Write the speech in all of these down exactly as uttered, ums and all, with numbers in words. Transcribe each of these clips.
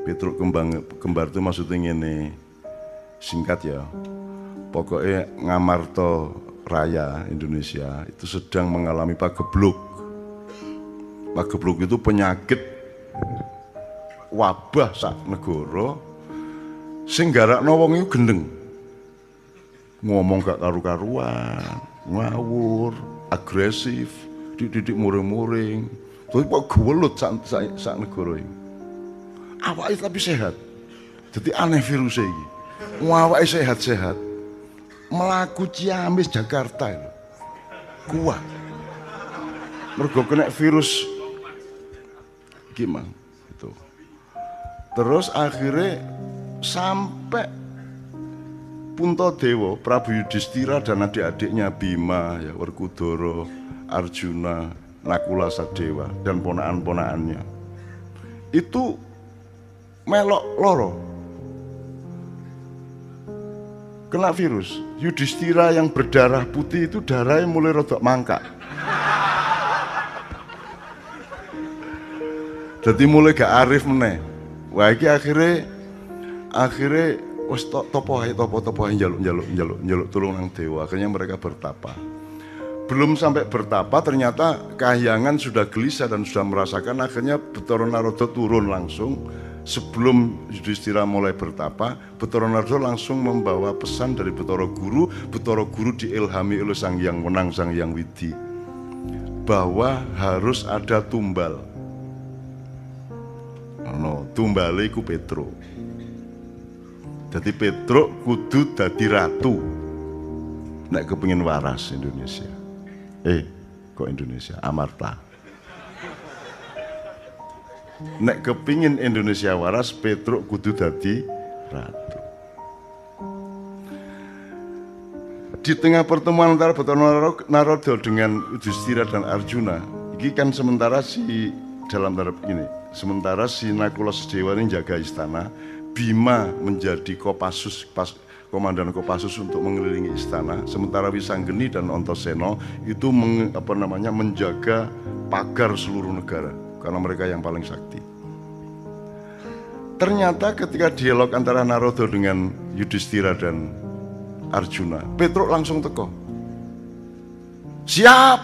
Petruk kembang kembar itu maksudnya ini singkat ya. Pokoknya Ngamarta Raya Indonesia itu sedang mengalami pagebluk. Pagebluk itu penyakit wabah sak negara sing garakno wong iku gendeng. Ngomong gak karu-karuan, ngawur, agresif, dididik muring-muring. Terus kok gewelut sak sak, sak negara iki. Awake tapi sehat. Jadi aneh virus iki. Awake sehat-sehat. Melaku Ciamis Jakarta lho. Kuat. Mergo kena virus gimana itu. Terus akhirnya sampai Puntadewa, Prabu Yudhistira dan adik-adiknya Bima, ya, Werkudara, Arjuna, Nakula Sadewa dan ponakan-ponakannya itu melok loro kena virus. Yudhistira yang berdarah putih itu darahnya mulai rodok mangkak. Jadi mulai gak arif meneh. Wah iki akhirnya akhirnya wes to, topo ae topo-topo ae njaluk-njaluk njaluk njaluk tulung nang dewa. Akhirnya mereka bertapa. Belum sampai bertapa ternyata Kahyangan sudah gelisah dan sudah merasakan. Akhirnya Bathara Narada turun langsung. Sebelum Yudhistira mulai bertapa, Bathara Narada langsung membawa pesan dari Bathara Guru. Bathara Guru diilhami oleh Sang Hyang Wenang, Sang Hyang Widi, bahwa harus ada tumbal. No, tumbale iku Petruk. Jadi Petruk kudu dadi ratu nek kepengin waras Indonesia. Eh, kok Indonesia? Amarta. Nek kepingin Indonesia waras, Petruk kudu dadi ratu. Di tengah pertemuan antara Bathara Narada dengan Yudhistira dan Arjuna, ini kan sementara si dalam taraf ini, sementara si Nakula Sadewa ini jaga istana, Bima menjadi Kopassus, pas, komandan Kopassus untuk mengelilingi istana, sementara Wisanggeni dan Antasena itu meng, apa namanya, menjaga pagar seluruh negara. Karena mereka yang paling sakti. Ternyata ketika dialog antara Narada dengan Yudhistira dan Arjuna, Petruk langsung teko. Siap!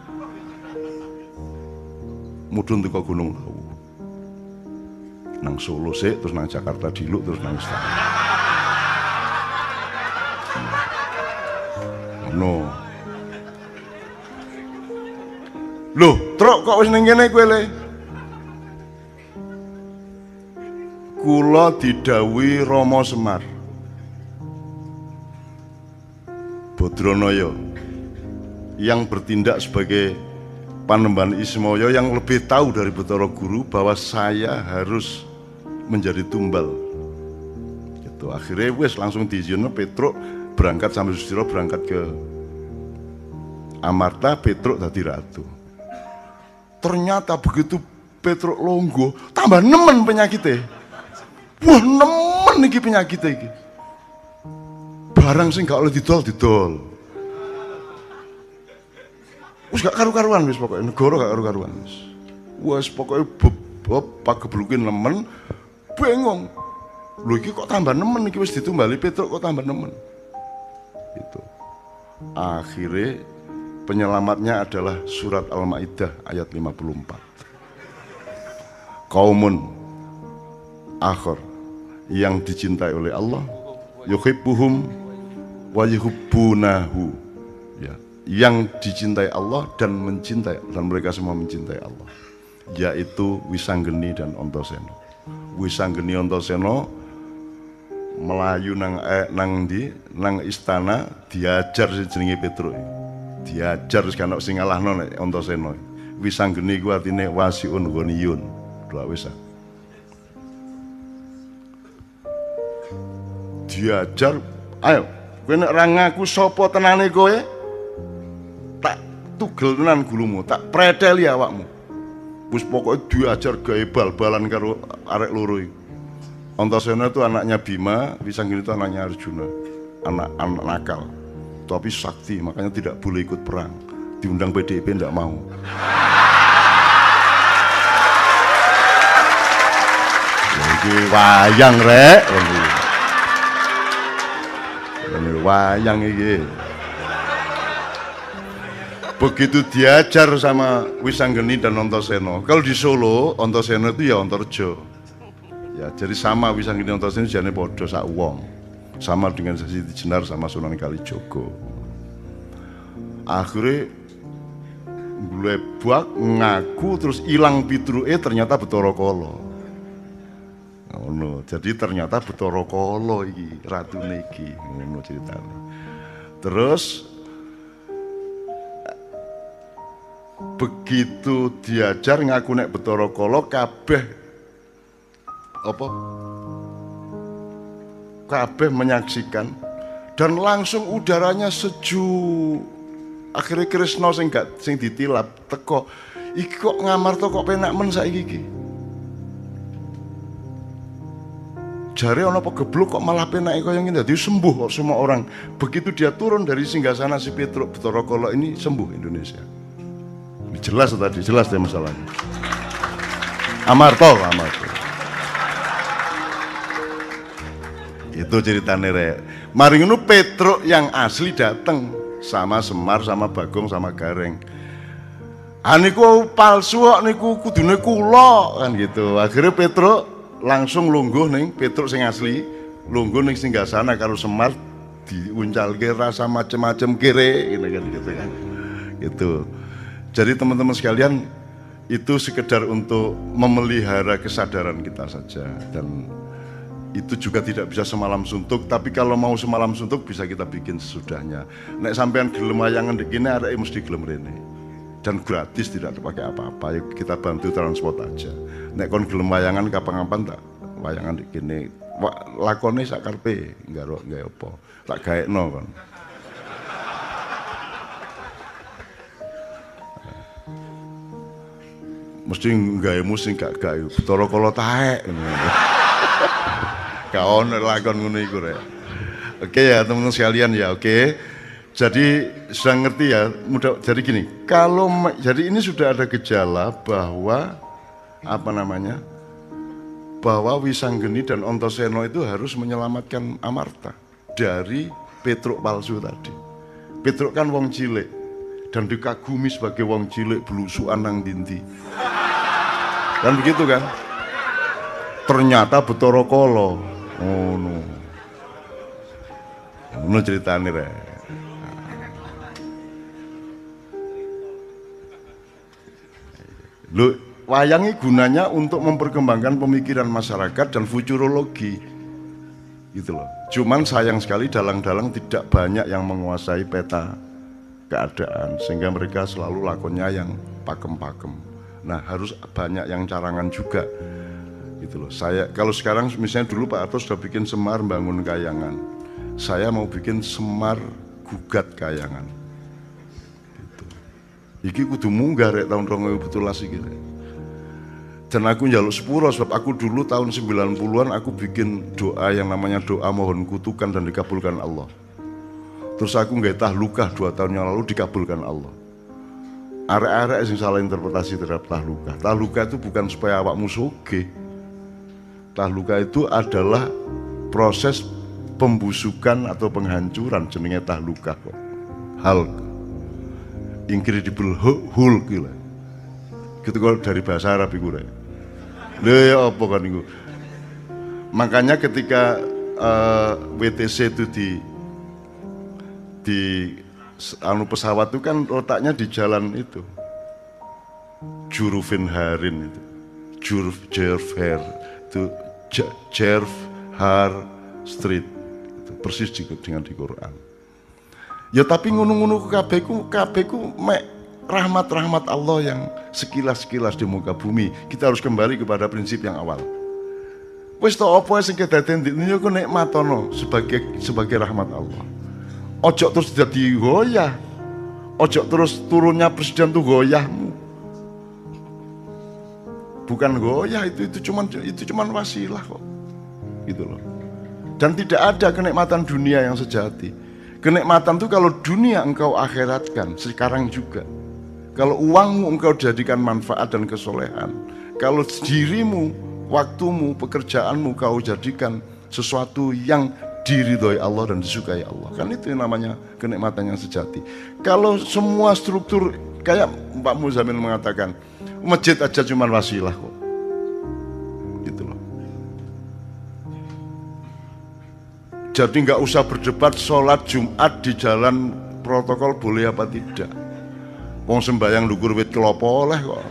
Mudhun teko Gunung Lawu. Nang Solo sik, terus nang Jakarta diluk, terus nang istana. No. Loh, Truk kok wis ning kene kowe le? Kula didhawuhi Rama Semar Badranaya yang bertindak sebagai Panembahan Ismaya yang lebih tahu dari Bathara Guru bahwa saya harus menjadi tumbal. Gitu. Akhirnya wes langsung diizinkan Petruk berangkat sampai Yudhistira berangkat ke Amarta, Petruk dadi ratu. Ternyata begitu Petruk longgo, tambah nemen penyakitnya. Wah, nemen iki penyakitnya iki. Barang sing gak oleh didol didol. Wis gak karu-karuan wis pokoknya, negara gak karu-karuan wis. Wis pokoknya bebab pageblukin nemen, bengong. Lho iki kok tambah nemen iki wis ditumbali Petruk kok tambah nemen. Itu. Akhirnya penyelamatnya adalah surat Al-Maidah ayat lima puluh empat. Qaumun akhir yang dicintai oleh Allah, yuhibbuhum wa yuhibbunahu, ya, yang dicintai Allah dan mencintai, dan mereka semua mencintai Allah, yaitu Wisanggeni dan Antasena. Wisanggeni Antasena melayu nang eh, nang di nang istana diajar si jenenge Petruk. Diajar wis kan sing ngalahno nek Antasena. Wisanggeni ku artine wasiun ghaniyun. Dua wis. Diajar, ayo kowe nek ra ngaku sapa tenane kowe, tak tugel tenan gulumu, tak preteli awakmu. Wis pokoke diajar gawe bal-balan karo arek loro iki. Antasena itu anaknya Bima, Wisanggeni itu anaknya Arjuna, anak-anak nakal, tapi sakti, makanya tidak boleh ikut perang. Diundang P D I P tidak mau. Ya iki wayang rek. Ini wayang iki. Begitu diajar sama Wisanggeni dan Antasena. Kalau di Solo, Antasena itu ya Antarja. Ya, jadi sama Wisanggeni Antasena jane padha sak wong. Sama dengan Siti Jenar sama Sunan Kalijaga. Akhirnya blebak ngaku terus ilang pitruke ternyata Bathara Kala. Ngono. Jadi ternyata Bathara Kala iki ratune iki. Ngono ceritane. Terus begitu diajar ngaku nek Bathara Kala kabeh apa kabeh menyaksikan dan langsung udaranya sejuk. Akhirnya Kresna sing gak sing ditilap teko iki kok ngamarta kok penak men saiki iki. Jare ana apa geblok kok malah penake kaya ngene dadi sembuh kok semua orang. Begitu dia turun dari singgasana si Petruk Bathara Kala ini sembuh Indonesia. Jelas tadi, jelas deh masalahnya. Amarta, Amarta. Itu ceritanya rek. Mari ngono Petruk yang asli dateng sama Semar, sama Bagong, sama Gareng. Ah niku palsu kok niku kudune kula kan gitu. Akhirnya Petruk langsung lungguh ning Petruk sing asli, lungguh ning singgasana karo Semar diuncalke rasa macem-macem kere gitu kan gitu kan. Gitu. Jadi teman-teman sekalian itu sekedar untuk memelihara kesadaran kita saja dan itu juga tidak bisa semalam suntuk, tapi kalau mau semalam suntuk bisa kita bikin sesudahnya. Nek sampean gelem wayangan di kene arek mesti gelem rene. Dan gratis tidak dipakai apa-apa, yuk kita bantu transport aja. Nek kon gelem wayangan kapan-kapan tak wayangan di kene lakone sak karepe, enggak enggak apa. Tak gaekno kon. Mesti gawe musik gak gawe Bathara Kala taek ngono. Gak ono lakon ngono iku rek. Oke ya teman-teman sekalian ya, oke. Jadi sudah ngerti ya, mudah jadi gini, kalau jadi ini sudah ada gejala bahwa apa namanya? Bahwa Wisanggeni dan Antasena itu harus menyelamatkan Amarta dari Petruk palsu tadi. Petruk kan wong cilik dan dikagumi sebagai wong cilik belusukan nang dindi. Kan begitu kan? Ternyata Bathara Kala. Oh no. Ngono ceritane rek. Lho, wayangi gunanya untuk memperkembangkan pemikiran masyarakat dan futurologi. Gitu loh. Cuman sayang sekali dalang-dalang tidak banyak yang menguasai peta keadaan sehingga mereka selalu lakonnya yang pakem-pakem. Nah harus banyak yang carangan juga gitu loh. Saya kalau sekarang misalnya dulu Pak Arto sudah bikin Semar bangun kayangan, saya mau bikin Semar gugat kayangan gitu. Iki kudu munggah rek tahun dua ribu tujuh belas iki rek. Dan aku njaluk sepuro sebab aku dulu tahun sembilan puluhan aku bikin doa yang namanya doa mohon kutukan dan dikabulkan Allah. Terus aku nggak tahlukah dua tahun yang lalu dikabulkan Allah. Arek-arek yang salah interpretasi terhadap tahluka. Tahluka itu bukan supaya awakmu sugih. Tahluka itu adalah proses pembusukan atau penghancuran jenenge tahluka kok. Hal incredible hul gitu. Gitu kok dari bahasa Arab iku rek. Lha ya apa kan iku. Makanya ketika uh, W T C itu di di anu pesawat itu kan letaknya di jalan itu Jurufin Harin itu Juruf Jerfher itu Jerf Har Street itu persis dengan di Quran ya. Tapi ngunu-ngunu kabehku kabehku mek rahmat-rahmat Allah yang sekilas-sekilas di muka bumi. Kita harus kembali kepada prinsip yang awal. Wis to apa sing kedaden dinyo ku nikmatono sebagai sebagai rahmat Allah. Ojo terus jadi goyah, ojo terus turunnya presiden tuh goyahmu, bukan goyah itu itu cuman itu cuman wasilah kok, gitu loh. Dan tidak ada kenikmatan dunia yang sejati. Kenikmatan tuh kalau dunia engkau akhiratkan sekarang juga. Kalau uangmu engkau jadikan manfaat dan kesolehan. Kalau dirimu waktumu, pekerjaanmu kau jadikan sesuatu yang diridhoi Allah dan disukai Allah. Kan itu yang namanya kenikmatan yang sejati. Kalau semua struktur kayak Pak Muzamil mengatakan, masjid aja cuma wasilah kok. Gitu loh. Jadi nggak usah berdebat sholat Jumat di jalan protokol boleh apa tidak. Wong sembayang ndukur wit kelopo oleh kok.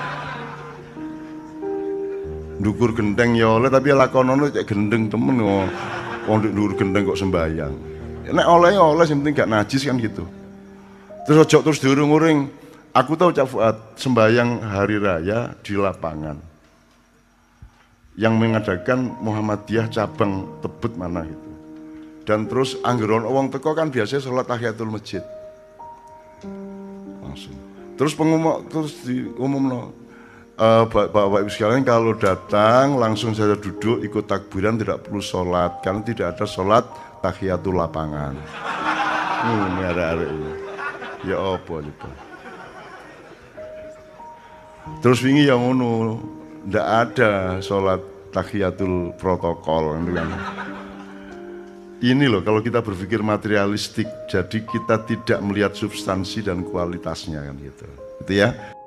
Ndukur gendeng ya oleh, tapi lakonono cek gendeng temen kok. Wong ndukur gendeng kok sembayang. Nek oleh ya oleh, yang penting gak najis kan gitu. Terus ojo terus diurung-uring. Aku tahu Cak Fuad sembayang hari raya di lapangan. Yang mengadakan Muhammadiyah cabang Tebet mana itu. Dan terus anggeron wong teko kan biasanya sholat tahiyatul masjid. Langsung. Terus pengumum terus diumumno uh, Bapak Ibu sekalian kalau datang langsung saja duduk ikut takbiran, tidak perlu sholat karena tidak ada sholat tahiyatul lapangan. Hmm, arek-arek ini. Ya apa itu. Terus wingi yang ngono, ndak ada sholat tahiyatul protokol gitu kan. Ini loh kalau kita berpikir materialistik, jadi kita tidak melihat substansi dan kualitasnya kan gitu. Gitu ya.